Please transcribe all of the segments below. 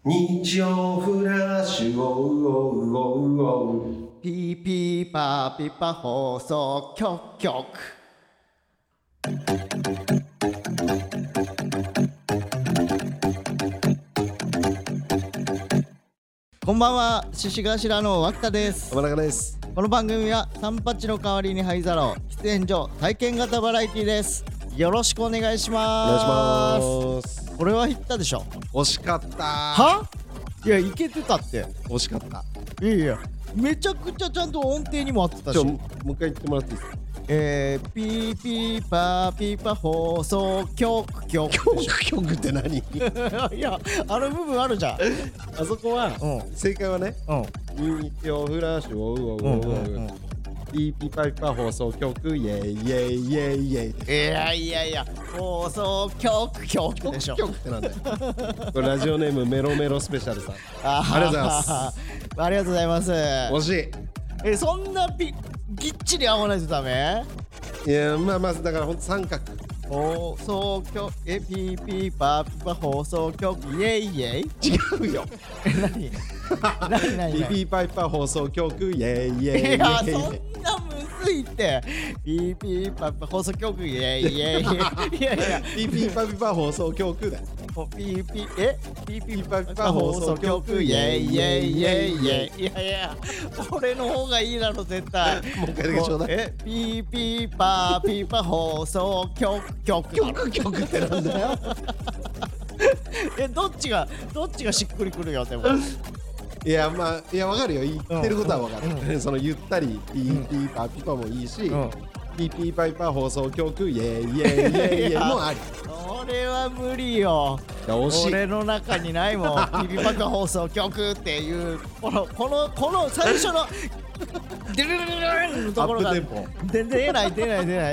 日曜フラッシュピーピーパーピパ放送局。こんばんは、獅子頭の脇田です。 山中です。 この番組はサンパチの代わりに灰皿を喫煙所体験型バラエティです。よろしくお願いします。 お願いします。 これは言ったでしょ。 惜しかった。 はいや、いけてたって。 惜しかった。 いやいや、めちゃくちゃちゃんと音程にも合ってたし。 もう一回言ってもらっていいですか。 ピーピーパーピーパ放送局って何？ いや、あの部分あるじゃん。 あそこは、正解はね、日曜フラッシュピーピーパーピーパ放送局イエイイエイイエイイエイ。 いや放送局でしょ。 局ってなんだよ。これラジオネームメロメロスペシャルさん。ありがとうございます。 ありがとうございます。 惜しい。 そんなぎっちり合わないとダメ？ いや、まあだからほんと三角。 放送局ピーピーパーピーパ放送局イエイイエイ。 違うよ。 何ピーピーパーピーパ放送局イエイイエイイエイ。 いや、そんなむずいって。ピーピーパーピー放送局イエイイエイ。いやいや、 ピーピーパーピーパ放送局だよ。 ピーピーパー放送局イエイイエイイエイイエイ。いや俺の方がいいだろ絶対。 もう一回だけちょうだい。 ピーピーパーピーパー放送局ってなんだよ。 どっちがしっくりくるよ。でもいやわかるよ、言ってることはわかる。そのゆったりピーピーパーピパもいいし、ピーピーパーピパ放送局イエイイエイイエイイエイもあり。 それは無理よ。俺の中にないもん。ピーピーパーピパ放送局っていうこの最初のデルルルルルのところが出ない。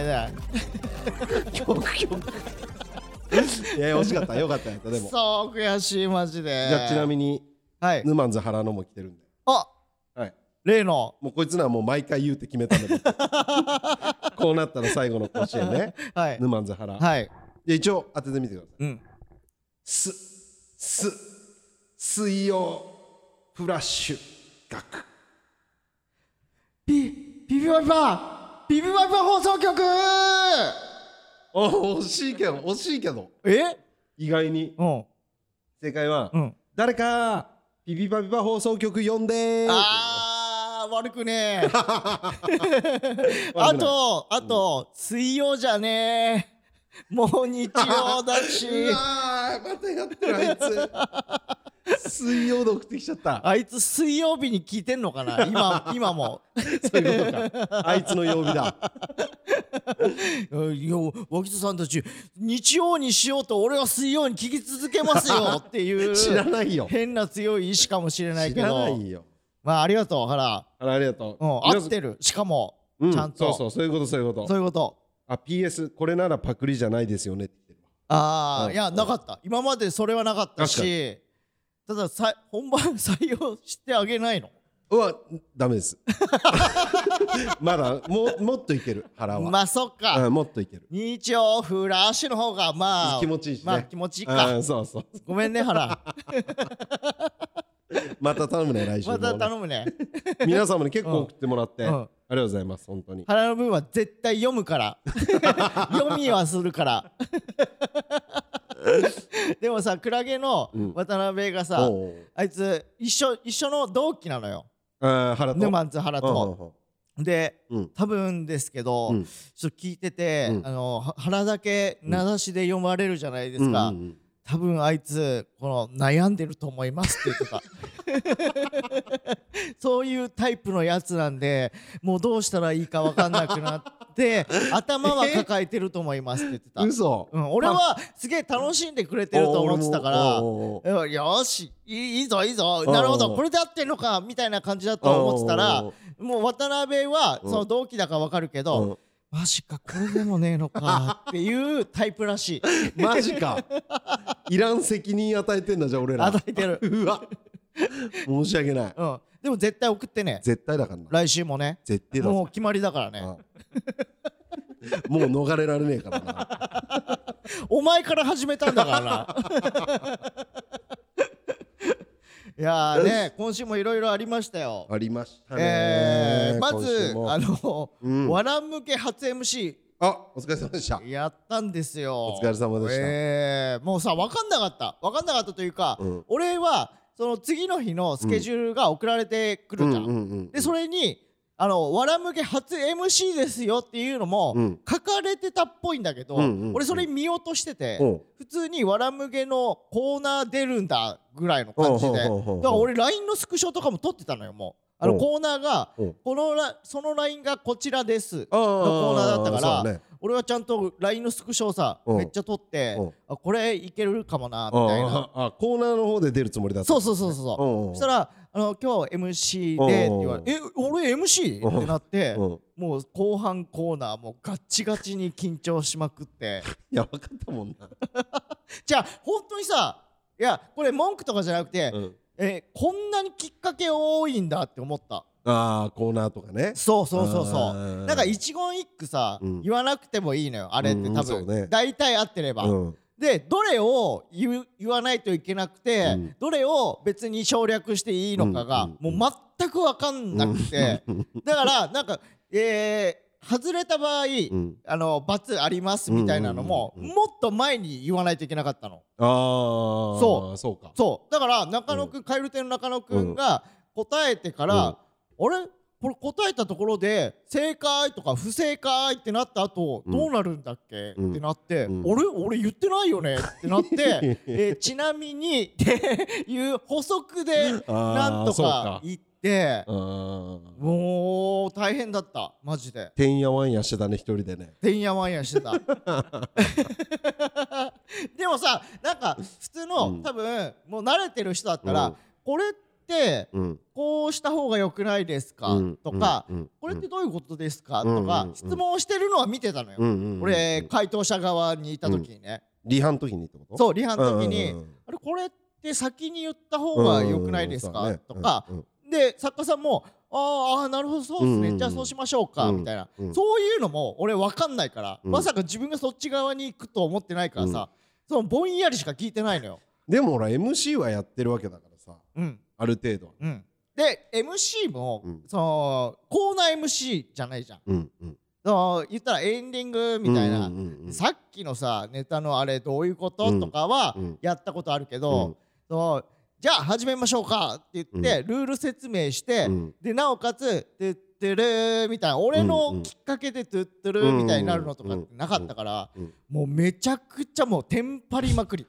局。いや惜しかった。よかったやった。でもそう悔しいマジで。 じゃあちなみにヌマンズ原野も来てるんで。例のもうこいつらはもう毎回言うって決めたんだけどこうなったら最後の甲子園ね。ヌマンズ原。一応当ててみてください。水曜フラッシュ学。 ピピパ放送局。 惜しいけど意外に正解は誰かピピパピパ放送局呼んで。 悪くねえ。あと水曜じゃねえ、もう日曜だし。 うわまたやってるあいつ。水曜で送ってきちゃった。 あいつ水曜日に聞いてんのかな今も。 そういうことか。あいつの曜日だ。 いや脇田さんたち日曜にしようと俺は水曜に聞き続けますよっていう知らないよ。 変な強い意志かもしれないけど。 知らないよ。 まあありがとう原。 ありがとう。 合ってる。しかもちゃんと。 そういうこと。そういうこと。PS これならパクリじゃないですよねって言ってる。 いやなかった。今までそれはなかったし、ただ本番採用してあげないの？ ダメです。まだもっといける原は。 まあそっか。 もっといける。 日曜フラッシュの方がまあ気持ちいいしね。 まあ気持ちいいか。 そう。 ごめんね原。 また頼むね来週も。 また頼むね。 皆様に結構送ってもらってありがとうございます本当に。 原の分は絶対読むから。読みはするから。でもさクラゲの渡辺がさ、あいつ一緒の同期なのよ。ヌマンズ原と。で多分ですけどちょっと聞いてて原だけ名指しで読まれるじゃないですか。多分あいつこの悩んでると思いますって言ってた。そういうタイプのやつなんでもうどうしたらいいか分かんなくなって頭は抱えてると思いますって言ってた。 嘘。 俺はすげえ楽しんでくれてると思ってたからよしいいぞなるほどこれで合ってんのかみたいな感じだと思ってたらもう渡辺はその同期だから分かるけどマジかこれでもねえのかっていうタイプらしい。 マジか。いらん責任与えてんだじゃあ俺ら。 与えてる。 うわ申し訳ない。 でも絶対送ってね。 絶対だからな。 来週もね。 絶対だ。 もう決まりだからね。もう逃れられねえからな。 お前から始めたんだからな。 いやーね、今週もいろいろありましたよ。 ありましたね。 まずわらむけ初 MC、 お疲れ様でした。 やったんですよ。 お疲れ様でした。 もうさ、分かんなかったというか、俺はその次の日のスケジュールが送られてくるじゃん。でそれにわらむけ初 MC ですよっていうのも書かれてたっぽいんだけど、俺それ見落としてて、普通にわらむけのコーナー出るんだぐらいの感じで、だから俺 LINE のスクショとかも撮ってたのよ。もうコーナーがその LINE がこちらですのコーナーだったから、俺はちゃんと LINE のスクショをさめっちゃ撮って、これいけるかもなみたいな。 コーナーの方で出るつもりだった。 そうそしたら今日 MC でって言われて、俺 MC? ってなって、もう後半コーナーもうガッチガチに緊張しまくって。 いや分かったもんな。 じゃあ本当にさ、いやこれ文句とかじゃなくて、こんなにきっかけ多いんだって思った。 コーナーとかね。 そうなんか一言一句さ、言わなくてもいいのよあれって多分、大体合ってれば。でどれを言わないといけなくて、どれを別に省略していいのかがもう全く分かんなくて、だからなんか外れた場合罰ありますみたいなのももっと前に言わないといけなかったの。そうだから中野くん、蛙亭の中野くんが答えてから、あれこれ答えたところで正解とか不正解ってなった後どうなるんだっけってなって、俺言ってないよねってなってちなみにっていう補足でなんとか言って、もう大変だったマジで。 てんやわんやしてたね一人でね。 てんやわんやしてた。でもさ、なんか普通の多分もう慣れてる人だったらこれってこうした方が良くないですかとか、これってどういうことですかとか質問してるのは見てたのよ。俺回答者側にいた時にね。 リハの時にってこと？ そう、リハの時にこれって先に言った方が良くないですかとかで、作家さんもなるほどそうですね、じゃあそうしましょうかみたいな、そういうのも俺分かんないから、まさか自分がそっち側に行くと思ってないからさ、そのぼんやりしか聞いてないのよ。 でもほら MC はやってるわけだからさ、ある程度。 で MC もそのコーナー MC じゃないじゃん。言ったらエンディングみたいな、さっきのさネタのあれどういうこととかはやったことあるけど、じゃあ始めましょうかって言ってルール説明して、でなおかつトゥットゥルーみたいな、俺のきっかけでトゥットゥルーみたいになるのとかなかったから、もうめちゃくちゃもうテンパりまくり。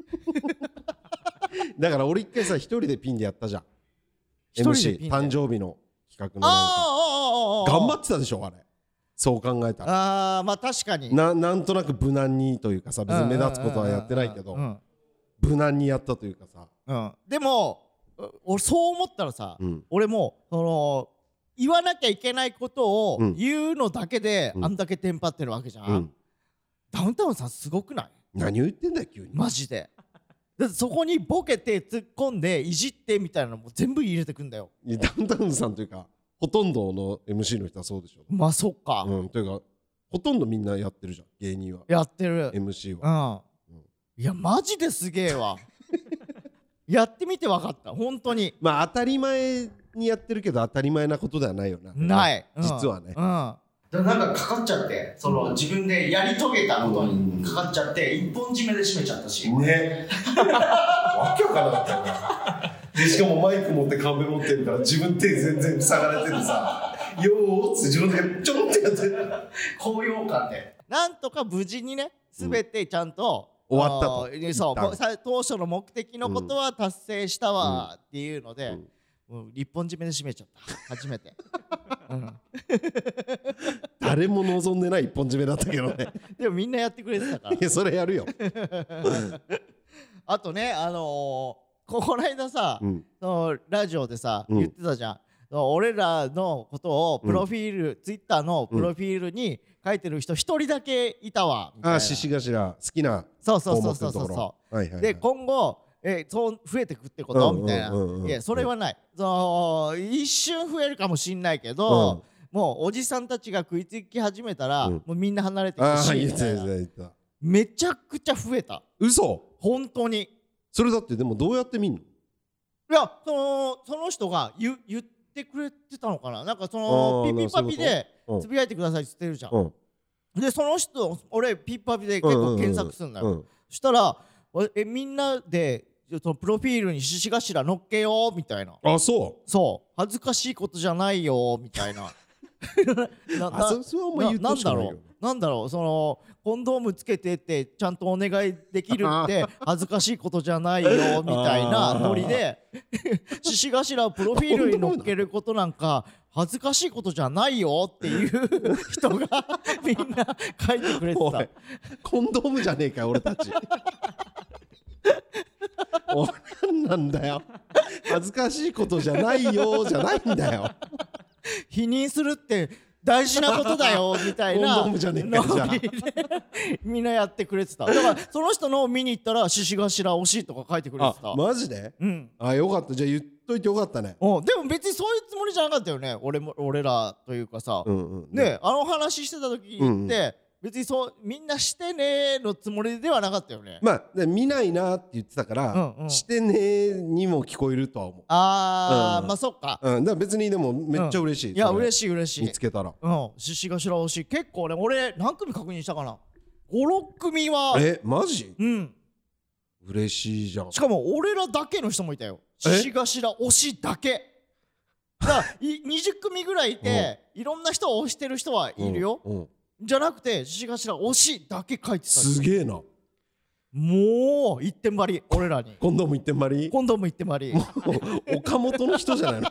だから俺一回さ一人でピンでやったじゃん。MC 誕生日の企画の頑張ってたでしょあれ。そう考えたら。 まあ確かになんとなく無難にというかさ、別に目立つことはやってないけど無難にやったというかさ。 でも俺そう思ったらさ、俺もその言わなきゃいけないことを言うのだけであんだけテンパってるわけじゃん。ダウンタウンさんすごくない？ 何を言ってんだよ急に。 マジで。だってそこにボケて突っ込んでいじってみたいなのも全部入れてくんだよ。 ダウンタウンさんというかほとんどの MC の人はそうでしょ。 まあそっか。 というかほとんどみんなやってるじゃん芸人は。 やってる MC は。 いやマジですげえわ。やってみて分かった本当に。 まあ当たり前にやってるけど当たり前なことではないよな。 ない、 実はね。 なんかかかっちゃって、その自分でやり遂げたことにかかっちゃって一本締めで締めちゃったしね。わけわからなかったよな。でしかもマイク持ってカンペ持ってるから自分手全然塞がれてるさ、よーって自分でちょんってやってる高揚感でなんとか無事にね全てちゃんと、 終わったと。 そう当初の目的のことは達成したわっていうので、もう一本締めで締めちゃった初めて。 誰も望んでない一本締めだったけどね。 でもみんなやってくれてたから。 いやそれやるよ。 あとねこの間さ、そのラジオでさ、言ってたじゃん。俺らのことをプロフィール、ツイッターのプロフィールに書いてる人一人だけいたわみたいな。 獅子頭好きな。 そうで今後そう増えてくってことみたいな。いやそれはない。一瞬増えるかもしんないけど、もうおじさんたちが食いつき始めたらもうみんな離れていくし、めちゃくちゃ増えた。 嘘？ 本当に。 それだってでもどうやって見んの？ いやその人が言ってくれてたのかな。なんかそのピピパピでつぶやいてくださいって言ってるじゃん。でその人俺ピピパピで結構検索するんだよ。そしたらみんなでそのプロフィールに獅子頭乗っけようみたいな。 あ、そう恥ずかしいことじゃないよみたいな。なんだろうそのコンドームつけてってちゃんとお願いできるって恥ずかしいことじゃないよみたいなノリで獅子頭をプロフィールに乗っけることなんか恥ずかしいことじゃないよっていう人がみんな書いてくれてた。 コンドームじゃねえか俺たち。何なんだよ。恥ずかしいことじゃないよじゃないんだよ。 否認するって大事なことだよみたいなコンドームじゃねえかじゃあみんなやってくれてた。だからその人のを見に行ったら獅子頭惜しいとか書いてくれてた。 マジで？あ、よかった。じゃあ言っといてよかったね。 でも別にそういうつもりじゃなかったよね。俺らというかさ、ね、あの話してた時って別にそうみんなしてねのつもりではなかったよね。 まあ見ないなって言ってたから、してねにも聞こえるとは思う。 まあそっか。 だから別にでもめっちゃ嬉しい。 いや嬉しい。 見つけたら。 獅子頭惜しい。結構ね俺何組確認したかな。5、6組は。 マジ？嬉しいじゃん。 しかも俺らだけの人もいたよ。獅子頭推しだけ。だから20組ぐらいいていろんな人を推してる人はいるよ。じゃなくて獅子頭推しだけ書いてた。 すげえな。 もう一点張り俺らに。 コンドーム一点張り。 コンドーム一点張り。 岡本の人じゃないの。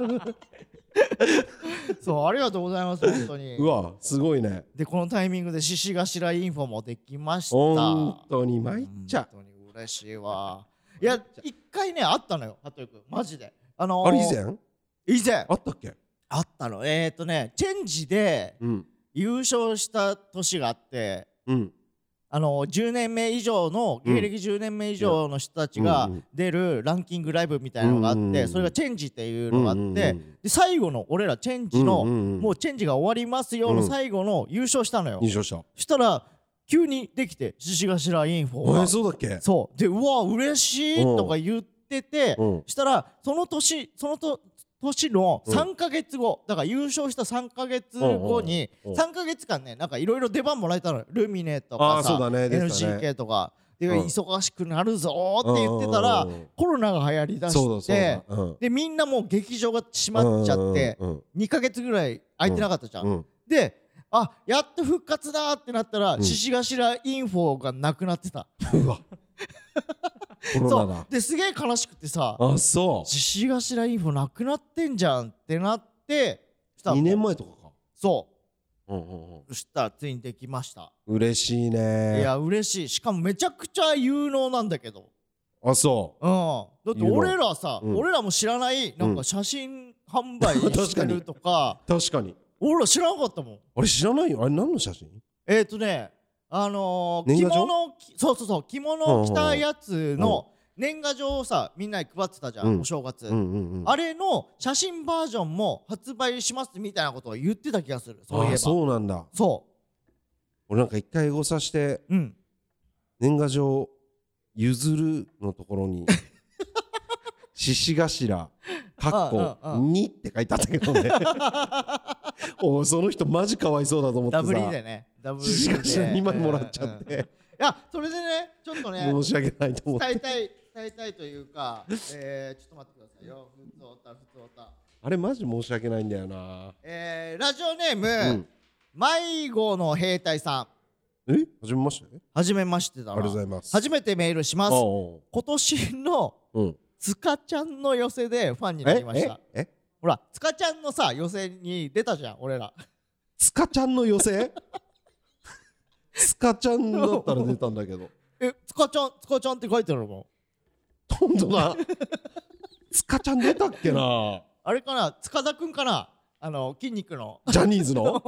そうありがとうございます本当に。 うわすごいね。 でこのタイミングで獅子頭インフォもできました。 本当に参っちゃう。 本当に嬉しいわ。いや一回ねあったのよ服部君マジで。 あれ以前あったっけ？ あったの。チェンジで優勝した年があって、10年目以上の芸歴10年目以上の人たちが出るランキングライブみたいなのがあって、それがチェンジっていうのがあって、で最後の俺らチェンジのもうチェンジが終わりますよの最後の優勝したのよ。 優勝した。 そしたら急にできて獅子頭インフォが。 そうだっけ？ そうでうわ嬉しいとか言ってて、したらその年の3ヶ月後だから優勝した3ヶ月後に3ヶ月間ねなんかいろいろ出番もらえたのよ。ルミネとかさ NGK とかで忙しくなるぞって言ってたらコロナが流行りだしてでみんなもう劇場が閉まっちゃって2ヶ月ぐらい空いてなかったじゃん。でやっと復活だってなったら獅子頭インフォがなくなってた。 うわそうですげえ悲しくてさ獅子頭インフォなくなってんじゃんってなって 2年前とかか。 そしたらついにできました。 嬉しいね。 いや嬉しい。しかもめちゃくちゃ有能なんだけど。 だって俺らも知らないなんか写真販売してるとか確かに俺ら知らなかったもん。 あれ知らないよ。あれ何の写真？ 着物着物着たやつの年賀状をさみんなに配ってたじゃんお正月。あれの写真バージョンも発売しますみたいなことを言ってた気がする。そういえば。 そうなんだ。俺なんか一回エゴサして年賀状譲るのところに獅子頭かっこ2って書いてあったけどね。その人マジかわいそうだと思ってさ。 ダブリでね。 獅子頭2枚もらっちゃって。 いやそれでねちょっとね申し訳ないと思って伝えたいというかちょっと待ってくださいよ。ふつおたあれマジ申し訳ないんだよな。 ラジオネーム迷子の兵隊さん。 はじめまして。 はじめましてだな。 ありがとうございます。 初めてメールします。今年のつかちゃんの寄せでファンになりました。ほらつかちゃんのさ寄せに出たじゃん俺ら。 つかちゃんの寄せ？つかちゃんだったら出たんだけど。 つかちゃんって書いてあるもん。 ほんとだ。つかちゃん出たっけな。 あれかな塚田くんかな筋肉の。 ジャニーズの？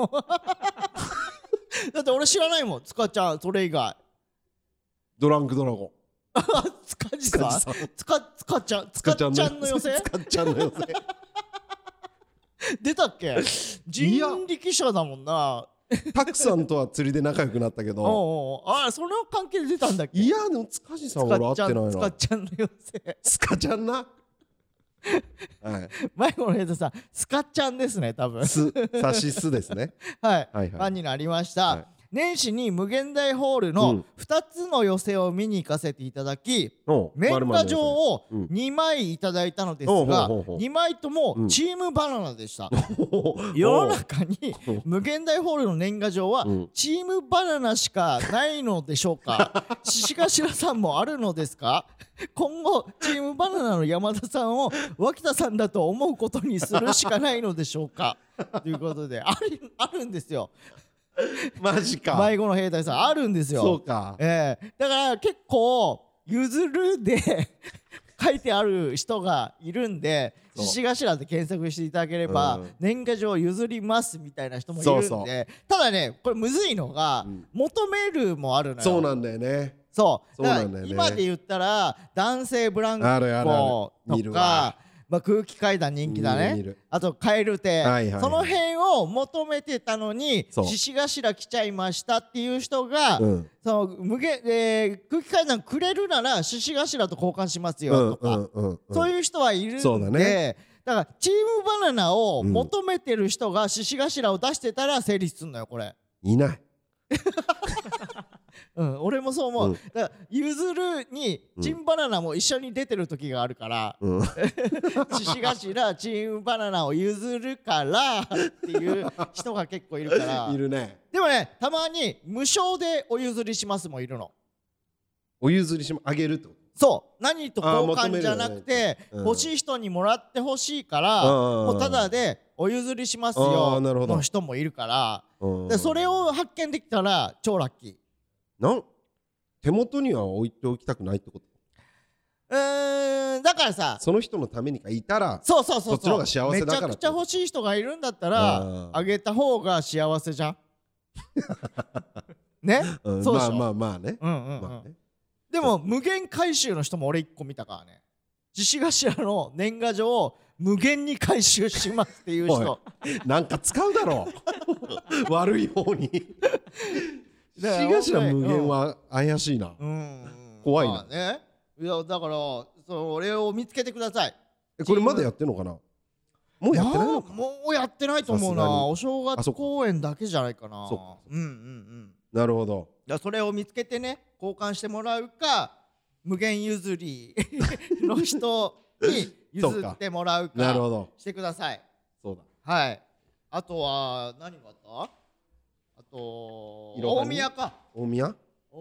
だって俺知らないもんつかちゃんそれ以外。 ドランクドラゴン。 つかちさん。つかちゃんの寄せ？ つかちゃんの寄せ。 出たっけ？人力車だもんな。 たくさんとは釣りで仲良くなったけどその関係で出たんだっけ？ いやでも塚地さんは俺会ってないな。 つかちゃんの寄せ。 つかちゃんな。 迷子のヘイトさん、スカちゃんですね、多分。 さしすですね。 はい、ファンになりました。年始に無限大ホールの2つの寄席を見に行かせていただき、年賀状を2枚いただいたのですが、2枚ともチームバナナでした。世の中に無限大ホールの年賀状はチームバナナしかないのでしょうか。獅子頭さんもあるのですか。今後チームバナナの山田さんを脇田さんだと思うことにするしかないのでしょうか。ということであるんですよ。 マジか。 迷子の兵隊さんあるんですよ。 そうか。 だから結構譲るで書いてある人がいるんで、獅子頭で検索していただければ、年賀状譲りますみたいな人もいるんで、ただね、これむずいのが、求めるもあるのよ。 そうなんだよね。 そうだから今で言ったら男性ブランコとか、空気階段人気だね。あと蛙亭、その辺を求めてたのに獅子頭来ちゃいましたっていう人が、その空気階段くれるなら獅子頭と交換しますよとか、そういう人はいるんで、だからチームバナナを求めてる人が獅子頭を出してたら成立すんのよ、これ。 いない。 俺もそう思う。だからゆずるにチンバナナも一緒に出てる時があるから獅子頭チームバナナを譲るからっていう人が結構いるからいるね。 でもね、たまに無償でお譲りしますもいるの。 お譲りあげるってこと。 そう、何と交換じゃなくて欲しい人にもらってほしいからもうただでお譲りしますよの人もいるから、でそれを発見できたら超ラッキー。 手元には置いておきたくないってこと。 だからさ、 その人のためにかいたら、 そっちの方が幸せだから。 めちゃくちゃ欲しい人がいるんだったらあげた方が幸せじゃんね。そうでしょ。 まあね。 でも無限回収の人も俺1個見たからね。獅子頭の年賀状を無限に回収しますっていう人なんか使うだろう悪い方に。獅子頭無限は怪しいな。怖いな。 いやだからそれを見つけてください。 これまだやってんのかな。もうやってないのか。 もうやってないと思うな。お正月公演だけじゃないかな。 なるほど。 それを見つけてね、交換してもらうか無限譲りの人に譲ってもらうかしてください。 そうだ。 はい。あとは何があった？あと大宮か。 大宮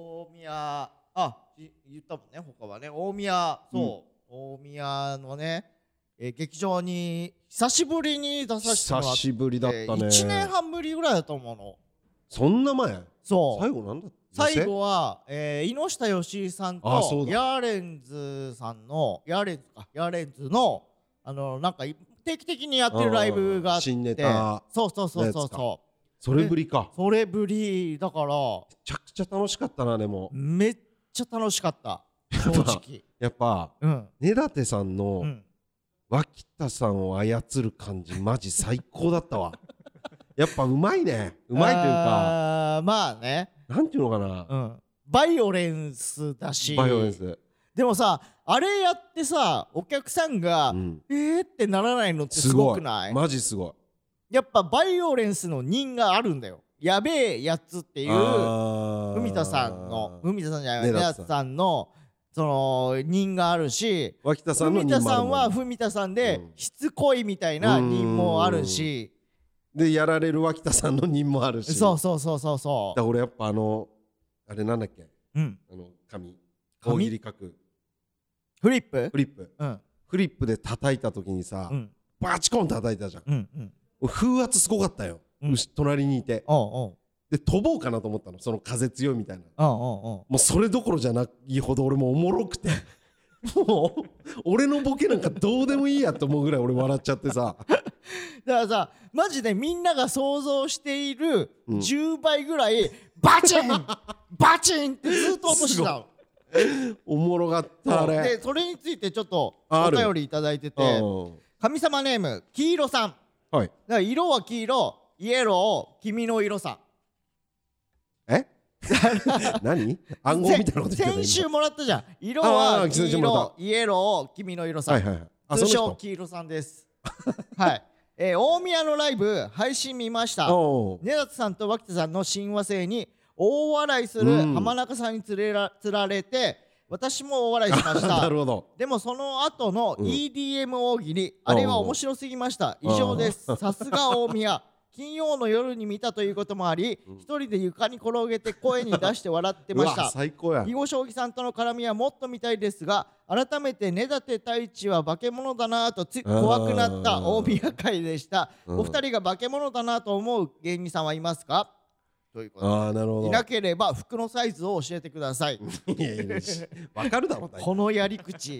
言ったもんね。他はね、大宮、大宮のね劇場に久しぶりに出させてもらって、 久しぶりだったね。 1年半ぶりぐらいだと思うの。 そんな前？ そう。 最後なんだ。 最後は井下芳雄さんとヤーレンズさんのヤーレンズのなんか定期的にやってるライブがあって、 新ネタ。 そうそれぶりか。 それぶりだから、めちゃくちゃ楽しかったな。でもめっちゃ楽しかった正直。 やっぱ根立さんの脇田さんを操る感じマジ最高だったわ。やっぱうまいね。うまいというか、 まあね、 なんていうのかな、 バイオレンスだし。 バイオレンスでもさ、あれやってさお客さんがってならないのってすごくない？ マジすごい。 やっぱバイオレンスの任があるんだよ。やべえやつっていう文田さんじゃない、根立さんのその任があるし、 脇田さんの任もあるもん。 文田さんは文田さんでしつこいみたいな任もあるし、 でやられる脇田さんの任もあるし。 そう。 だから俺やっぱあれなんだっけ、紙大喜利書くフリップで叩いた時にさ、バチコン叩いたじゃん。風圧すごかったよ。隣にいてで飛ぼうかなと思ったの、その風強いみたいな。もうそれどころじゃないほど俺もおもろくてもう俺のボケなんかどうでもいいやと思うぐらい俺笑っちゃってさ。 だからさ、マジでみんなが想像している10倍ぐらいバチンバチンってずっと落としてたの。 おもろかったあれ。 でそれについてちょっとお便りいただいてて、神様ネーム黄色さん。だから色は黄色、イエロー、君の色さ。 何暗号みたいなこと言ってた。 先週もらったじゃん。色は黄色、イエロー、君の色さ。 通称黄色さんですはい、大宮のライブ配信見ました。根立さんと脇田さんの親和性に大笑いする浜中さんにつられて私も大笑いしましたなるほど。 でもその後の EDM 大喜利、あれは面白すぎました。以上です。さすが大宮。金曜の夜に見たということもあり、一人で床に転げて声に出して笑ってました。 最高や。 囲碁将棋さんとの絡みはもっと見たいですが、改めて根立太一は化け物だなと怖くなった大宮会でした。お二人が化け物だなと思う芸人さんはいますか？ということで、いなければ服のサイズを教えてください。 いやわかるだろこのやり口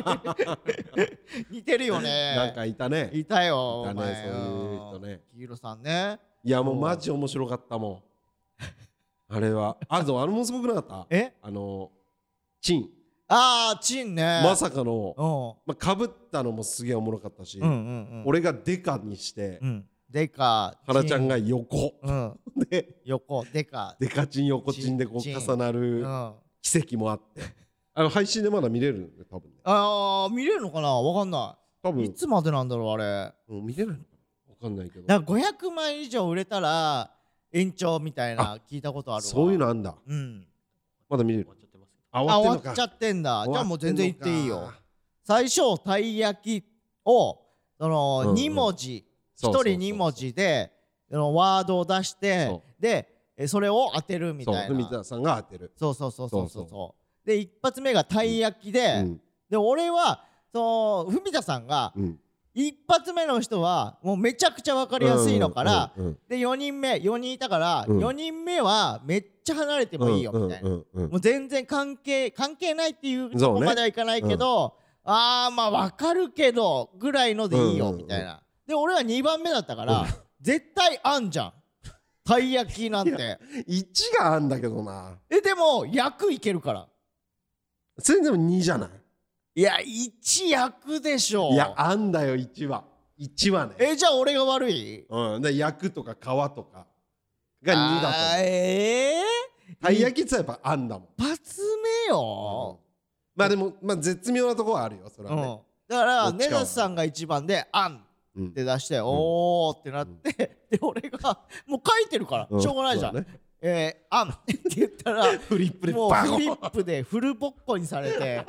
似てるよね。 なんかいたね。 いたよ。 いたね、そういう人ね。 黄色さんね。 いやもうマジ面白かったもん。あれはあもすごくなかった？チン。 ああチンね。 まさかのかぶったのもすげえおもろかったし、俺がデカにしてデカ原ちゃんが横で横デカチン横チンでこう重なる奇跡もあって配信でまだ見れるんで多分ね。 ああ見れるのかな、わかんない。多分いつまでなんだろうあれ。 見れるのかな、わかんないけど。 だから500枚以上売れたら延長みたいな聞いたことあるわ。 そういうのあんだ。まだ見れる。 終わっちゃってんだ。じゃあもう全然言っていいよ。最初たい焼きをその2文字1人2文字でワードを出してでそれを当てるみたいな。 文田さんが当てる。 そうで一発目がたい焼きで俺は文田さんが一発目の人はもうめちゃくちゃ分かりやすいのからで4人いたから4人目はめっちゃ離れてもいいよみたいな。もう全然関係ないっていうとこまではいかないけどまあ分かるけどぐらいのでいいよみたいな。で俺は2番目だったから絶対あんじゃんたい焼きなんて。 1があんだけどな。 でも役いけるから。 それでも2じゃない？ いや1役でしょ。 いやあんだよ1はね。 じゃあ俺が悪い？ で役とか皮とかが2だと。たい焼きってやっぱあんだもん。 一発目よ。 まあでも絶妙なとこはあるよそれはね。 だから根立さんが1番であんって出しておーってなってで俺がもう書いてるからしょうがないじゃん。あんって言ったらフリップでもうフリップでフルボッコにされて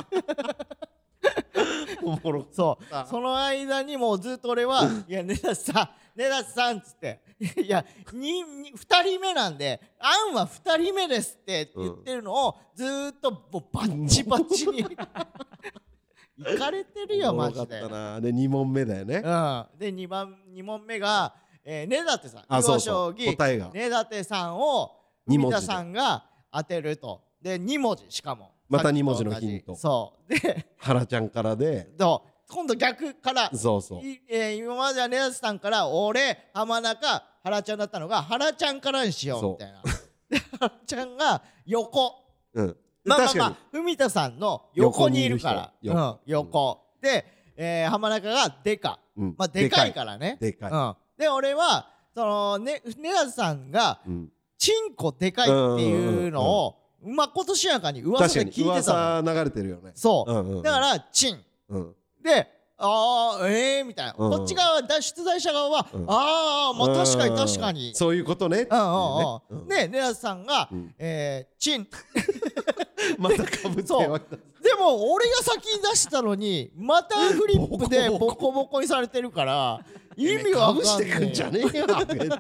その間にもうずっと俺はいや根立さんっつっていや2人目なんであんは2人目ですって言ってるのをずっともうバッチバチにいかれてるよマジで。 で2問目だよね。 で2問目が根立さん囲碁将棋根立さんを文田さんが当てると。で2文字しかもまた2文字のヒント。 そうで原ちゃんからで今度逆から今までは根立さんから俺浜中原ちゃんだったのが原ちゃんからにしようみたいな。で原ちゃんが横。文田さんの横にいるから横で浜中がでかでかいからね。で俺は根立さんがチンコでかいっていうのをまことしやかに噂で聞いてたの。 噂流れてるよね。 そうだからチンでみたいな。こっち側出題者側はまあ確かにそういうことね。 で根立さんがチンまたかぶってでも俺が先に出したのにまたフリップでボコボコにされてるから意味わかんない。 かぶしてくんじゃねえよ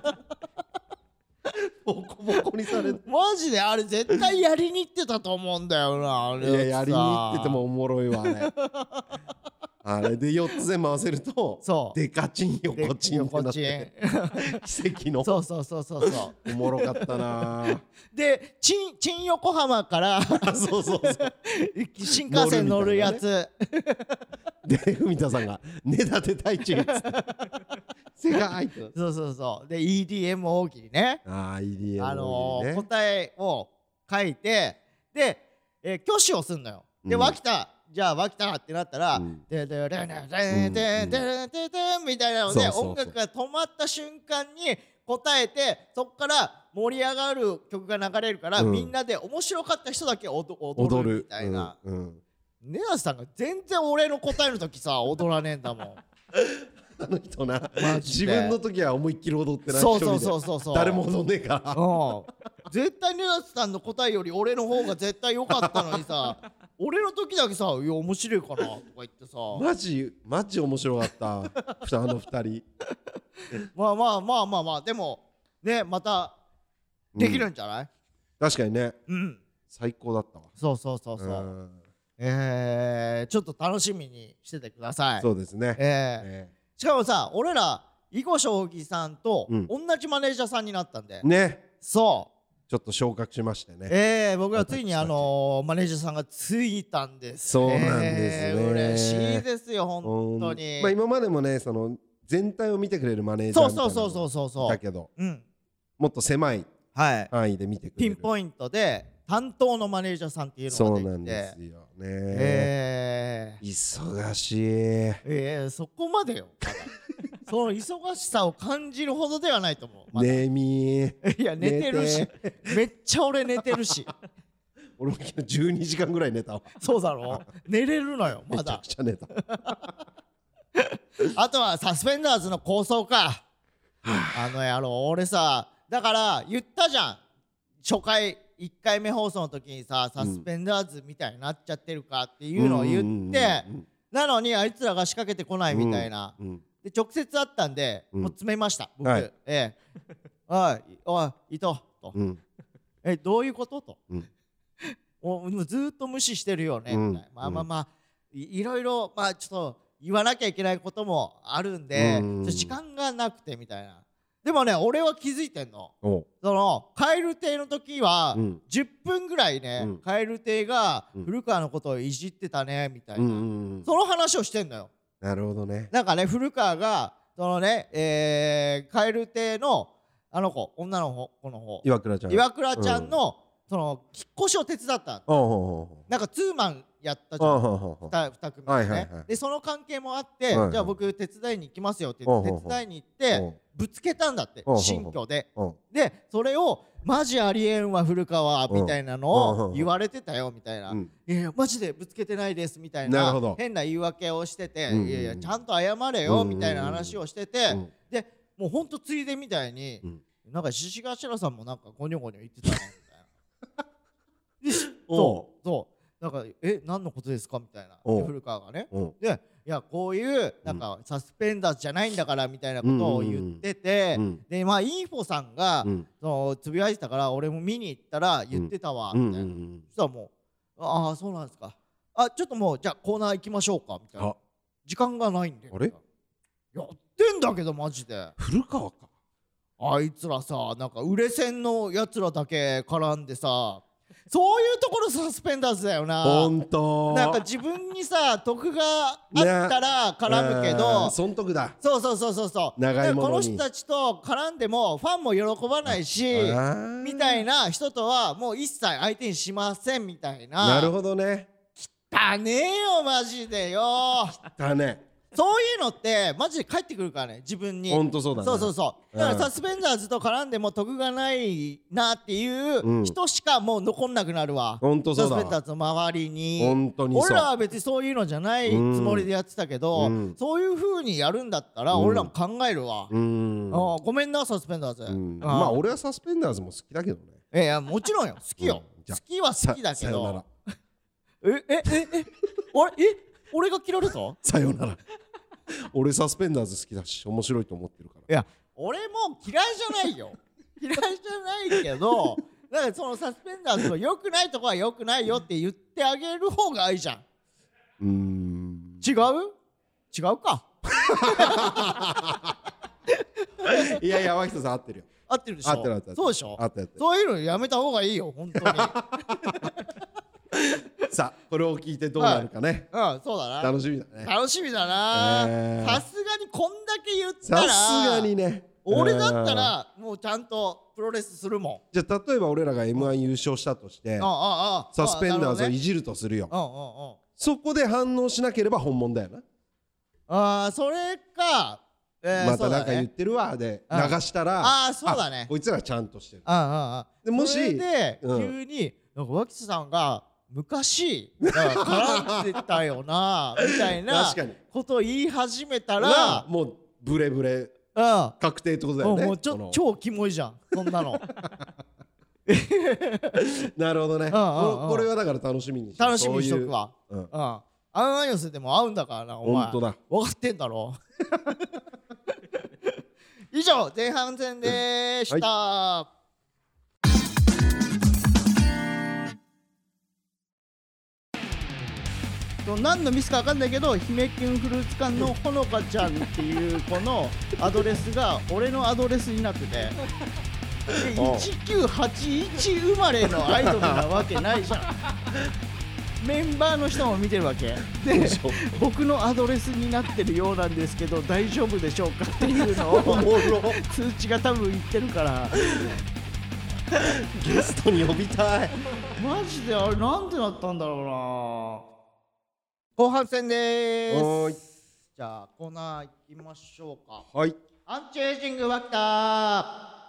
ボコボコにされてマジであれ絶対やりに行ってたと思うんだよな。 いややりに行っててもおもろいわねあれで4つで回せるとデカチン横チンってなって奇跡のそうおもろかったな。 でチン横浜から新幹線乗るやつで文田さんが根立太一っつって世界そうで EDM 大喜利ね。 EDM 大喜利ね。 答えを書いてで挙手をすんのよ。で脇田じゃあ脇田ってなったらでみたいなので音楽が止まった瞬間に答えてそっから盛り上がる曲が流れるからみんなで面白かった人だけ踊るみたいな根立さんが全然俺の答えの時さ踊らねえんだもん。 あの人な、自分の時は思いっきり踊ってない。 そう誰も踊んねえから。 絶対根立さんの答えより俺の方が絶対良かったのにさ、俺の時だけさ「いや面白いかな」とか言ってさ、 マジ面白かったあの二人。 まあでもね、またできるんじゃない？ 確かにね、最高だったわ。 そう。ちょっと楽しみにしててください。 そうですね。 しかもさ、俺ら囲碁将棋さんと同じマネージャーさんになったんでね。 そうちょっと昇格しましてね。 僕はついにマネージャーさんがついたんです。 そうなんですね。 嬉しいですよ本当に。 今までもね、その全体を見てくれるマネージャーみたいなのだけど、もっと狭い範囲で見てくれる、 ピンポイントで担当のマネージャーさんっていうのができて、 そうなんですよね。忙しい。 そこまでよ。その忙しさを感じるほどではないと思う。 ねみー。 いや寝てるし、めっちゃ俺寝てるし。 俺も昨日12時間ぐらい寝たわ。 そうだろ。寝れるのよまだ。 めちゃくちゃ寝た。 あとはサスペンダーズの構想か。あの野郎、俺さ、だから言ったじゃん、初回1回目放送の時にさ、サスペンダーズみたいになっちゃってるかっていうのを言って、なのにあいつらが仕掛けてこないみたいな。で直接会ったんで、もう詰めました僕。おい伊藤と、どういうことと、もうずっと無視してるよねみたいな。まあいろいろちょっと言わなきゃいけないこともあるんで、時間がなくてみたいな。でもね、俺は気づいてんの。その蛙亭の時は10分ぐらいね、蛙亭が古川のことをいじってたねみたいな、その話をしてんのよ。 なるほどね。 なんかね、古川がそのね、蛙亭のあの子、女の子の方、岩倉ちゃんのその引っ越しを手伝った。なんかツーマンやったじゃん、2組でね。でその関係もあって、じゃあ僕手伝いに行きますよって言って手伝いに行ってぶつけたんだって、新居で。でそれをマジありえんわ古川みたいなのを言われてたよみたいな。いやマジでぶつけてないですみたいな変な言い訳をしてて、いやいやちゃんと謝れよみたいな話をしてて、でもうほんとついでみたいに、なんか獅子頭さんもなんかゴニョゴニョ言ってたなみたいな。そうなんか何のことですかみたいな、古川がね。でいやこういうなんかサスペンダーズじゃないんだからみたいなことを言ってて、でインフォさんがつぶやいてたから俺も見に行ったら言ってたわみたいな。そしたらもうああそうなんですか、ちょっともうじゃあコーナー行きましょうかみたいな。時間がないんで。あれやってんだけどマジで。 古川かあいつらさ、なんか売れ線のやつらだけ絡んでさ、そういうところサスペンダーズだよな。 ほんとなんか自分にさ得があったら絡むけど、 損得だ。 そう長いものにこの人たちと絡んでもファンも喜ばないしみたいな人とはもう一切相手にしませんみたいな。 なるほどね。 汚ねえよマジでよ。 汚ねえ。 そういうのってマジで返ってくるからね、自分に。 ほんとそうだね。 そうだからサスペンダーズと絡んでも得がないなっていう人しかもう残んなくなるわ。 ほんとそうだわ。 サスペンダーズの周りに。 ほんとにそう。 俺らは別にそういうのじゃないつもりでやってたけど、そういう風にやるんだったら俺らも考えるわ。ごめんなサスペンダーズ。 まあ俺はサスペンダーズも好きだけどね。 いやもちろんよ、好きよ。好きは好きだけど。俺が切られた？ さよなら。俺サスペンダーズ好きだし面白いと思ってるから。 いや俺も嫌いじゃないよ。嫌いじゃないけど、だからそのサスペンダーズの良くないとこは良くないよって言ってあげる方がいいじゃん。違うか。 いやいや脇田さん合ってるよ。 合ってるでしょ。 合ってる。 そうでしょ。 合ってる。 そういうのやめた方がいいよ本当に。 さあこれを聞いてどうなるかね。 そうだな。 楽しみだね。 楽しみだな。さすがにこんだけ言ったら。 さすがにね。 俺だったらもうちゃんとプロレスするもん。 じゃあ例えば俺らが M1 優勝したとしてサスペンダーズをいじるとするよ。そこで反応しなければ本物だよな。 それかまたなんか言ってるわで流したら、 そうだね、 こいつらちゃんとしてる。 でもし急になんか脇田さんが昔絡んでたよなみたいなことを言い始めたらもうブレブレ確定ってことだよね。 もう超キモいじゃんそんなの。 なるほどね。これはだから楽しみにしとくわ。アンヨスでも合うんだからなお前。 本当だ。 分かってんだろ。以上前半戦でした。何のミスか分かんないけど姫キュンフルーツ館のほのかちゃんっていう子のアドレスが俺のアドレスになってて1981生まれのアイドルなわけないじゃん。メンバーの人も見てるわけで僕のアドレスになってるようなんですけど大丈夫でしょうかっていうのを通知が多分言ってるからゲストに呼びたい。 マジであれなんてなったんだろうな。後半戦でーす。じゃあコーナー行きましょうか。 はい。 アンチエイジングワクター。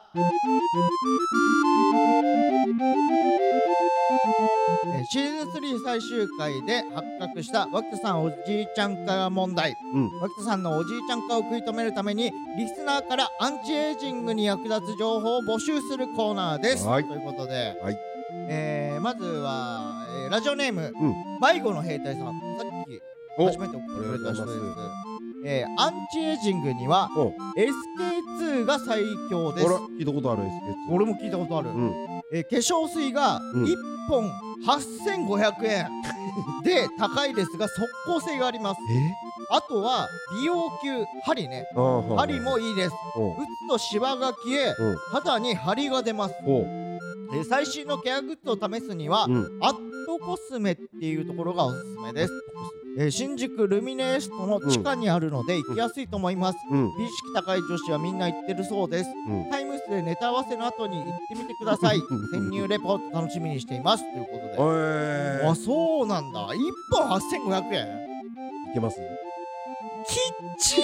シーズン3最終回で発覚した脇田さんおじいちゃん化問題、脇田さんのおじいちゃん化を食い止めるためにリスナーからアンチエイジングに役立つ情報を募集するコーナーです、ということで、まずは、ラジオネーム、迷子の兵隊さん、さっき初めて送ってくれた人です。アンチエイジングには SK2 が最強です。 聞いたことある SK2。 俺も聞いたことある。化粧水が1本8500円で高いですが即効性があります。あとは美容級針ね、針もいいです。打つとシワが消え肌に張りが出ます。最新のケアグッズを試すには、アットコスメっていうところがおすすめです。新宿ルミネエストの地下にあるので行きやすいと思います。美意識高い女子はみんな行ってるそうです。タイムスでネタ合わせの後に行ってみてください。潜入レポート楽しみにしていますということで。あ、そうなんだ。1本8500円いけます？ きっち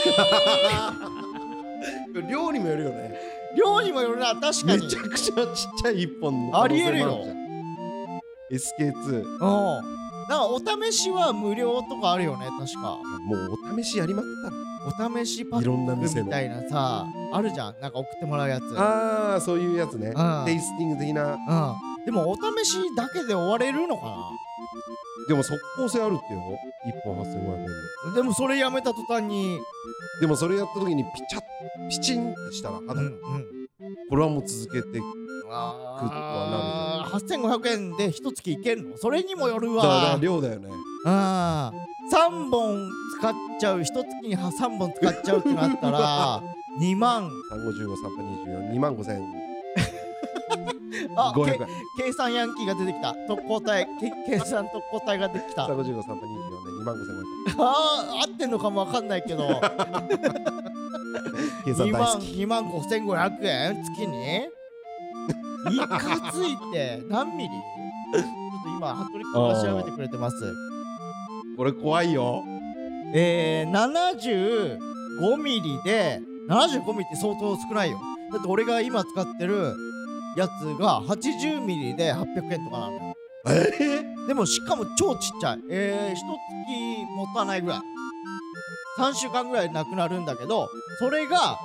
ー量にもよるよね。 量にもよるな、確かに。 めちゃくちゃちっちゃい1本のありえるよ。 SK2。 なんかお試しは無料とかあるよね、確か。 もうお試しやりまくったの。お試しパックみたいなさ、あるじゃん。なんか送ってもらうやつ。 ああ、そういうやつね。テイスティング的な。 でもお試しだけで終われるのかな。 でも即効性あるってよ。1本8500円でもそれやめた途端に。 でもそれやった時にピチンってしたら肌が、これはもう続けて 8500円で1月いけるの？それにもよるわ。 だから量だよね。 3本使っちゃう、1月に3本使っちゃうってなったら2万 355、3分24、2万5000円。 あ、計算ヤンキーが出てきた。特攻隊、計算特攻隊が出てきた。 355、3分24で2万5000円。 合ってんのかもわかんないけど計算大好き。 2万5500円月にいかついって何ミリ？ちょっと今服部君が調べてくれてます。 これ怖いよ。 75ミリで、75ミリって相当少ないよ。だって俺が今使ってるやつが80ミリで800円とかなのよ。でもしかも超ちっちゃい。1月持たないぐらい。3週間ぐらいなくなるんだけど、それが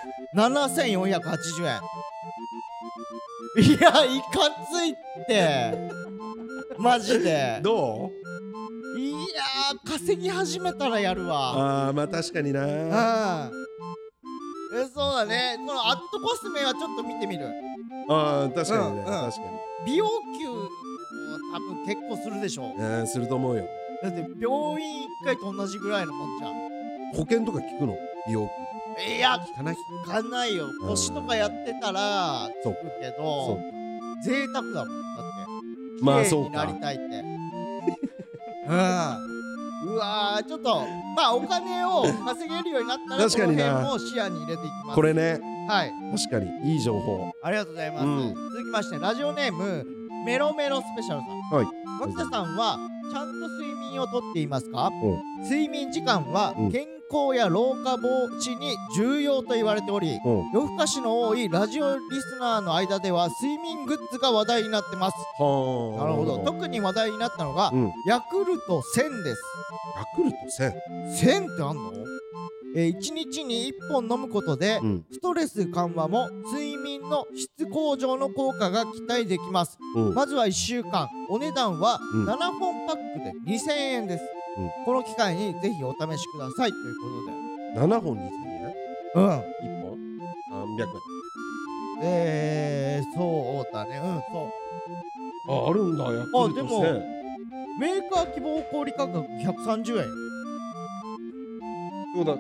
7480円。いや、いかついってマジで。 どう？ いやー、稼ぎ始めたらやるわ。まあ確かにな。 そうだね。このアットコスメはちょっと見てみる。 確かにね、確かに。 美容級多分結構するでしょ。 すると思うよ。 だって病院1回と同じぐらいのもんじゃん。 保険とか効くの？美容器。いや、効かないよ。腰とかやってたら効くけど、贅沢だもん。だってまあそうか。綺麗になりたいって。うわー、ちょっとまあお金を稼げるようになったらこの辺も視野に入れていきます。 これね、 はい、 確かにいい情報。 ありがとうございます。続きましてラジオネームメロメロスペシャルさん。脇田さんはちゃんと睡眠をとっていますか？睡眠時間は健行や老化防止に重要と言われており、夜更かしの多いラジオリスナーの間では睡眠グッズが話題になってます。なるほど。特に話題になったのが、ヤクルト1000です。 ヤクルト 1000 ってあんの？1日に1本飲むことで、ストレス緩和も睡眠の質向上の効果が期待できます。まずは1週間、お値段は7本パックで2000円です。この機会にぜひお試しくださいということで。7本2000円？1本300 円。そうだね。 そう。あるんだ、ヤクルト1000。 でもメーカー希望小売価格130円。 そうだ。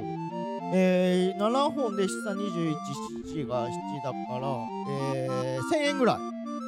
7本で下21、7が7だから、1000円ぐらい。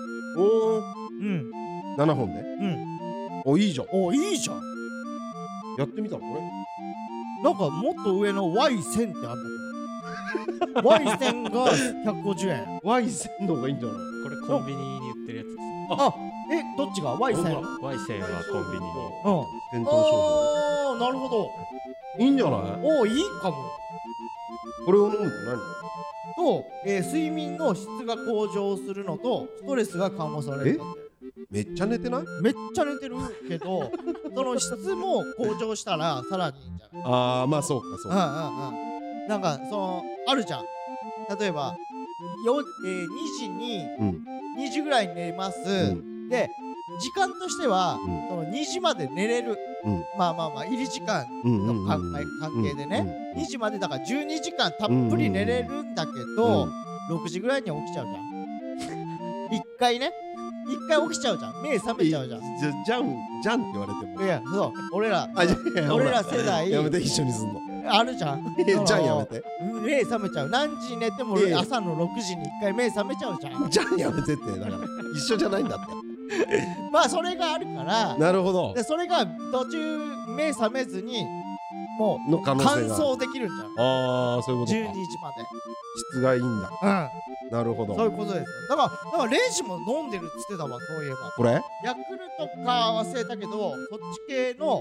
7本で？いいじゃん。 いいじゃん。 やってみたのこれ？ なんかもっと上の Y1000 ってあんだけどY1000 が150円。 Y1000 の方がいいんじゃない？ これコンビニに売ってるやつです。 どっちが Y1000？ Y1000 はコンビニに。 店頭商品。なるほど。 いいんじゃない？ いいかも。 これを飲むと何？ 睡眠の質が向上するのとストレスが緩和される。 めっちゃ寝てない？ めっちゃ寝てるけどその質も向上したらさらにいいんじゃない？ まあそうかそうか。 なんかあるじゃん。例えば2時に、2時ぐらいに寝ます。で時間としては、その2時まで寝れる。まあ入り時間の関係でね、2時までだから12時間たっぷり寝れるんだけど、6時ぐらいには起きちゃうじゃん。一回起きちゃうじゃん。目覚めちゃうじゃん。 じゃんって言われても。 いや、そう、俺ら世代やめて、一緒にすんのあるじゃん。 じゃんやめて。 目覚めちゃう。何時寝ても朝の6時に一回目覚めちゃうじゃん。 じゃんやめてって、だから一緒じゃないんだって。 まあそれがあるから、 なるほど。 でそれが途中目覚めずにもう乾燥できるんじゃん。 そういうことか。 12時まで質がいいんだ。なるほど。 そういうことですよ。だからレイジも飲んでるっつってたわ。そういえばこれヤクルトか忘れたけど、そっち系の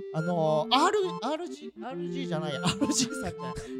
RG じゃない、RG さんじゃない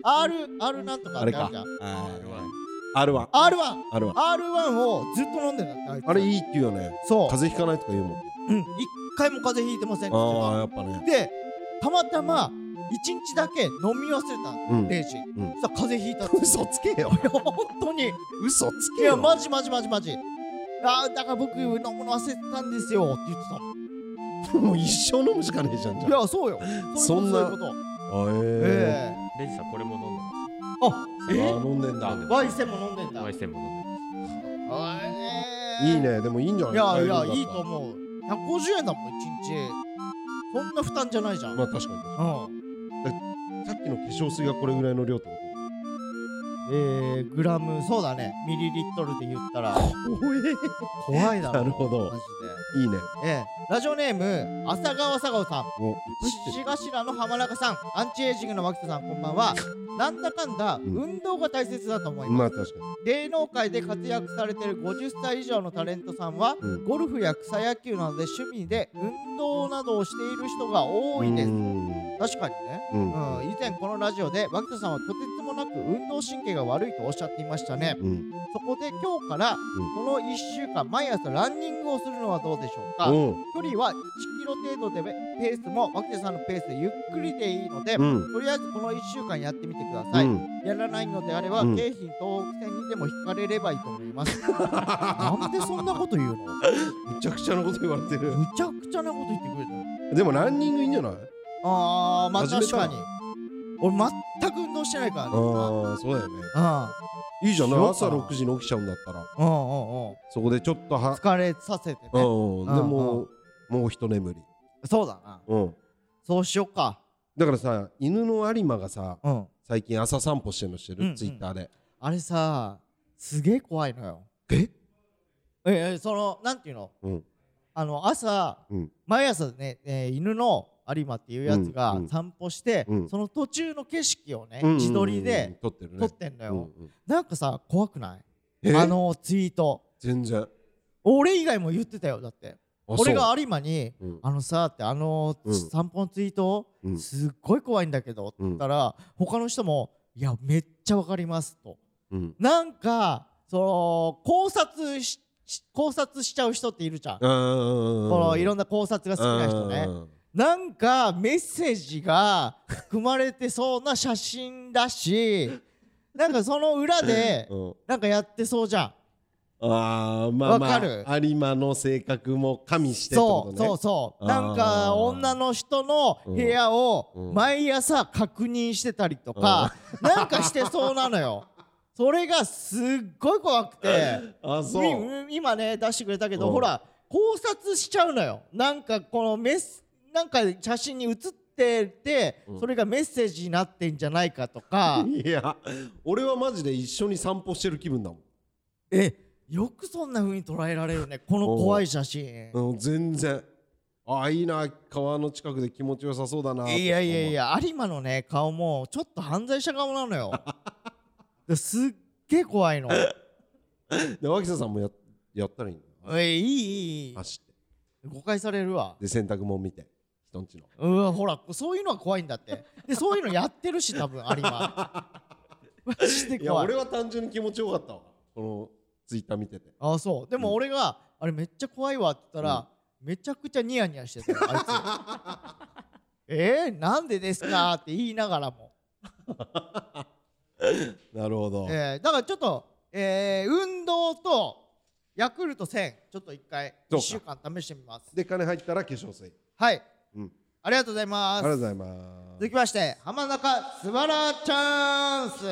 、R なんとかってあるじゃん。R1 をずっと飲んでるんだって。 あれいいって言うよね。そう。風邪ひかないとか言うもん。 一回も風邪ひいてません。 やっぱね。 でたまたま1日だけ飲み忘れたレイジ。そしたら風邪ひいた。 嘘つけよ。 本当に嘘つけよ。 いやマジ。だから僕飲むの忘れてたんですよって言ってた。 もう一生飲むしかねえじゃん。 いやそうよ。 そんなこと。 レイジさんこれも飲んでます。 飲んでんだ。 Y1000 も飲んでんだ。 Y1000 も飲んでます。 いいね。でもいいんじゃない？ いやいいと思う。150円だもん1日。そんな負担じゃないじゃん。 まあ確かに。さっきの化粧水がこれぐらいの量ってこと？ グラム、そうだね。ミリリットルで言ったら怖いだろ。 なるほど。 マジでいいね。 ラジオネーム朝川佐川さん、獅子頭の浜中さん、アンチエイジングの牧田さん、こんばんは。なんだかんだ運動が大切だと思います。 まあ確かに。 芸能界で活躍されている50歳以上のタレントさんは、ゴルフや草野球などで趣味で運動などをしている人が多いです。確かにね。以前このラジオで牧田さんはとてつもなく運動神経が悪いとおっしゃっていましたね。そこで今日からこの1週間毎朝ランニングをするのはどうでしょうか。距離は1キロ程度でペースも牧田さんのペースでゆっくりでいいので、とりあえずこの1週間やってみてください。やらないのであれば京浜東北線にでも引かれればいいと思います。なんでそんなこと言うの？ むちゃくちゃなこと言われてる。 むちゃくちゃなこと言ってくれた。 でもランニングいいんじゃない？ まあ確かに。俺全く運動してないからね。 そうだよね。いいじゃん。朝6時に起きちゃうんだったら、そこでちょっと疲れさせてね。 でももう一眠り。 そうだな。そうしよっか。 だからさ、犬の有馬がさ、最近朝散歩してるのしてる？ツイッターで。あれさ、すげえ怖いのよ。なんていうの？朝、毎朝ね、犬の有馬っていうやつが散歩して、その途中の景色をね、自撮りで撮ってんのよ。なんかさ、怖くない？ツイート。 全然。 俺以外も言ってたよ。だって俺が有馬にさって散歩のツイートすっごい怖いんだけどって言ったら他の人もいやめっちゃわかりますとなんかその考察しちゃう人っているじゃんこのいろんな考察が好きな人ねなんかメッセージが含まれてそうな写真だしなんかその裏でなんかやってそうじゃんまあまあ有馬の性格も加味してってことねそうなんか女の人の部屋を毎朝確認してたりとかなんかしてそうなのよそれがすっごい怖くて今ね出してくれたけどほら考察しちゃうのよなんかこのなんか写真に写っててそれがメッセージになってんじゃないかとかいや俺はマジで一緒に散歩してる気分だもんよくそんな風に捉えられるねこの怖い写真全然いいな川の近くで気持ちよさそうだないや有馬のね顔もちょっと犯罪者顔なのよすっげえ怖いので脇田さんもやったらいいのいい走って誤解されるわで洗濯物見て人んちのほらそういうのは怖いんだってでそういうのやってるし多分有馬マジで怖いいや俺は単純に気持ちよかったわこのツイッター見ててそうでも俺があれめっちゃ怖いわって言ったらめちゃくちゃニヤニヤしてたよあいつなんでですかって言いながらもなるほどだからちょっと運動とヤクルト1000ちょっと1回1週間試してみますで金入ったら化粧水はいありがとうございますありがとうございます続きまして浜中すばらチャンス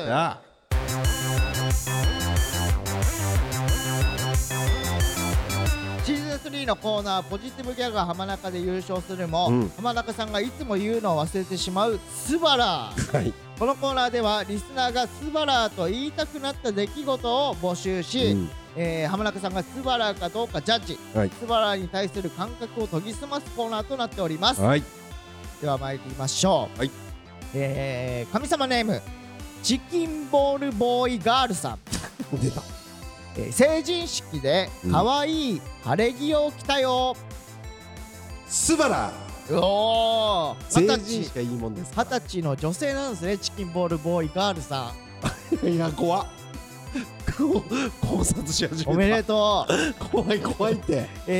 シーズン3のコーナーポジティブギャグが浜中で優勝するも、浜中さんがいつも言うのを忘れてしまうスバラ、このコーナーではリスナーがスバラと言いたくなった出来事を募集し、浜中さんがスバラかどうかジャッジ、スバラに対する感覚を研ぎ澄ますコーナーとなっております、では参りましょう、神様ネームチキンボールボーイガールさん出た成人式で可愛い晴れ着を着たよ、 スバラ成人式がいいもんです 20歳の女性なんですねチキンボールボーイガールさんいや怖っ考察し始めたおめでとう怖いって、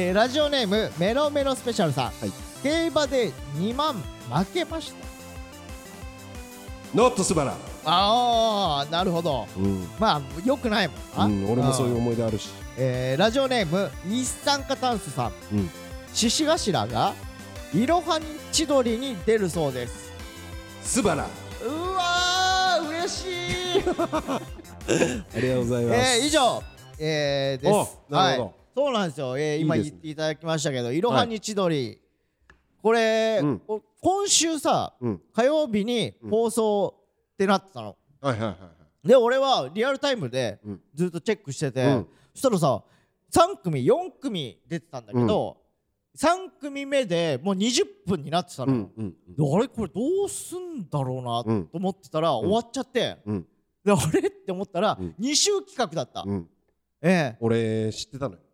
ラジオネームメロメロスペシャルさん、競馬で2万負けましたノットスバラなるほど、まあよくないもん俺もそういう思い出あるし、 ラジオネーム一酸化炭素さん、獅子頭がいろはに千鳥に出るそうですスバラうわー嬉しいありがとうございます、 以上、ですなるほど、 そうなんですよ、今言っていただきましたけどいろはに千鳥、これ、今週さ、火曜日に放送ってなってたの、で俺はリアルタイムでずっとチェックしてて、そしたらさ3組4組出てたんだけど、3組目でもう20分になってたの、あれこれどうすんだろうなと思ってたら終わっちゃって、であれって思ったら2週企画だった、 俺知ってたのよ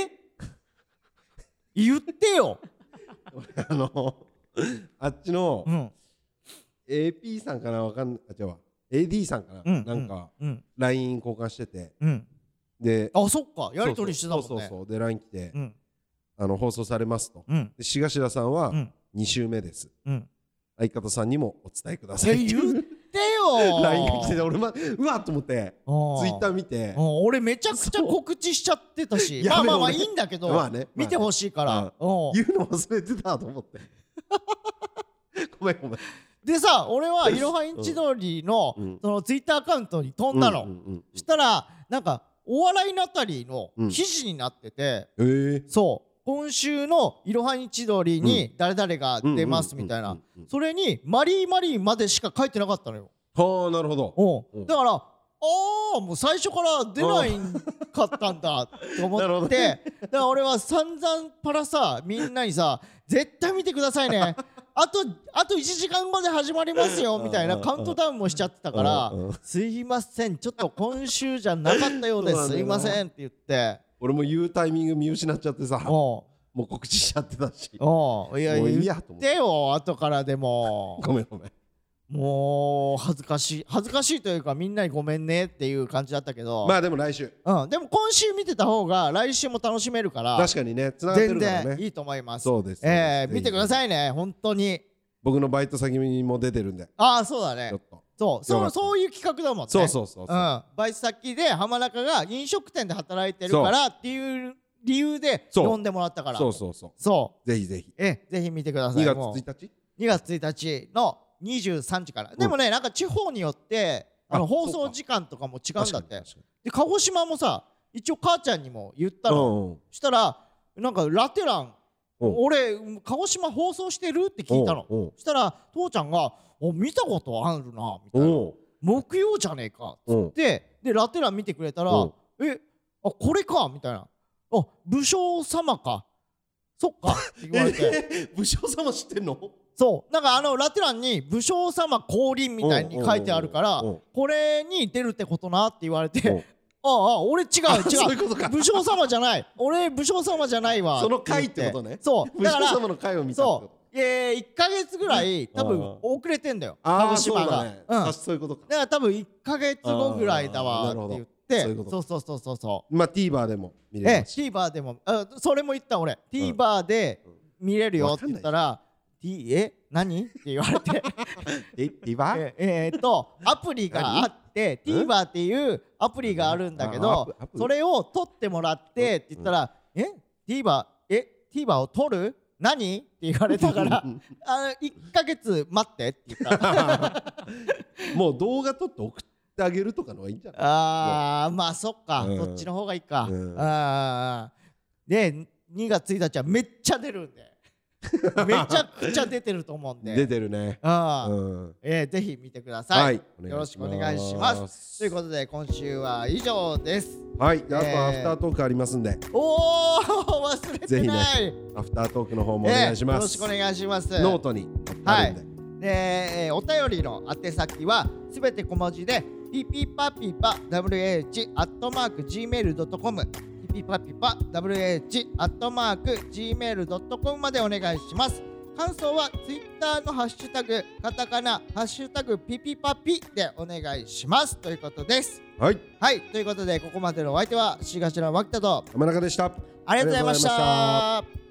言ってよあっちの、AP さんかなわかんない、違うわ AD さんかな、なんか、LINE 交換してて、でそっかやり取りしてたもんね、 そうで LINE 来て、放送されますと、で志頭さんは2週目です、相方さんにもお伝えください言ってよ LINE が来てて俺うわっと思ってツイッター見て俺めちゃくちゃ告知しちゃってたしまあいいんだけど見てほしいから言うの忘れてたと思ってごめんでさ俺はいろはに千鳥のそのツイッターアカウントに飛んだの、したらなんかお笑いナタリーの記事になってて、そう今週のいろはに千鳥に誰々が出ますみたいな、それにマリーマリーまでしか書いてなかったのよ。 はあなるほど。 だからもう最初から出ないかったんだと思って、だから俺は散々パラさみんなにさ絶対見てくださいねあと1時間後で始まりますよみたいなカウントダウンもしちゃってたからすいませんちょっと今週じゃなかったようですすいませんって言って、 俺も言うタイミング見失っちゃってさもう告知しちゃってたし、 いやもういいやと思って。よ後からでもごめんごめん。 もう恥ずかしいというかみんなにごめんねっていう感じだったけど、 まあでも来週、 でも今週見てた方が来週も楽しめるから、 確かにね、つながってるからね、 全然いいと思います。 そうです。 見てくださいね、本当に。 僕のバイト先にも出てるんで。 ああ、そうだね。そういう企画だもんね。 そう、 バイト先で浜中が飲食店で働いてるからっていう理由で呼んでもらったから。そうぜひぜひぜひ見てください。 2月1日 2月1日の23時から。でもね、なんか地方によって放送時間とかも違うんだって。で鹿児島もさ、一応母ちゃんにも言ったの。そしたらなんかラテラン、俺鹿児島放送してるって聞いたの。そしたら父ちゃんが見たことあるなみたいな、木曜じゃねえかっつって、でラテラン見てくれたら、これかみたいな、武将様か、そっかって言われて武将様知ってんの？ そうなんかラテランに武将様降臨みたいに書いてあるから、これに出るってことなって言われて、俺違う武将様じゃない、俺武将様じゃないわ、 その回ってことね。 そうだから武将様の回を見たってこと。 1ヶ月ぐらい多分遅れてんだよ、鹿児島が。 そういうことか。 だから多分1ヶ月後ぐらいだわって言って、そう。 まあ TVer でも見れます。 TVer でもそれも言った俺、TVer で見れるよって言ったら、何って言われて TVer？ アプリがあって TVer っていうアプリがあるんだけど、それを取ってもらってって言ったら、TVer を取る？何？って言われたから1ヶ月待ってって言ったもう動画撮って送ってあげるとかの方がいいんじゃない？ まあそっか、そっちの方がいいか。で2月1日はめっちゃ出るんでめちゃくちゃ出てると思うんで。 出てるね。 ぜひ見てください。よろしくお願いします。ということで今週は以上です。 はい。あとアフタートークありますんで。 忘れてない。 ぜひね、アフタートークの方もお願いします。 よろしくお願願いします。 ノートにあるんで。お便りの宛先はすべて小文字でピピパピパ wh@gmail.comピパピパ wh@gmail.com までお願いします。感想はツイッターのハッシュタグカタカナハッシュタグピピパピでお願いしますということです。はいということでここまでのお相手はしがしら脇田と浜中でした。 ありがとうございました。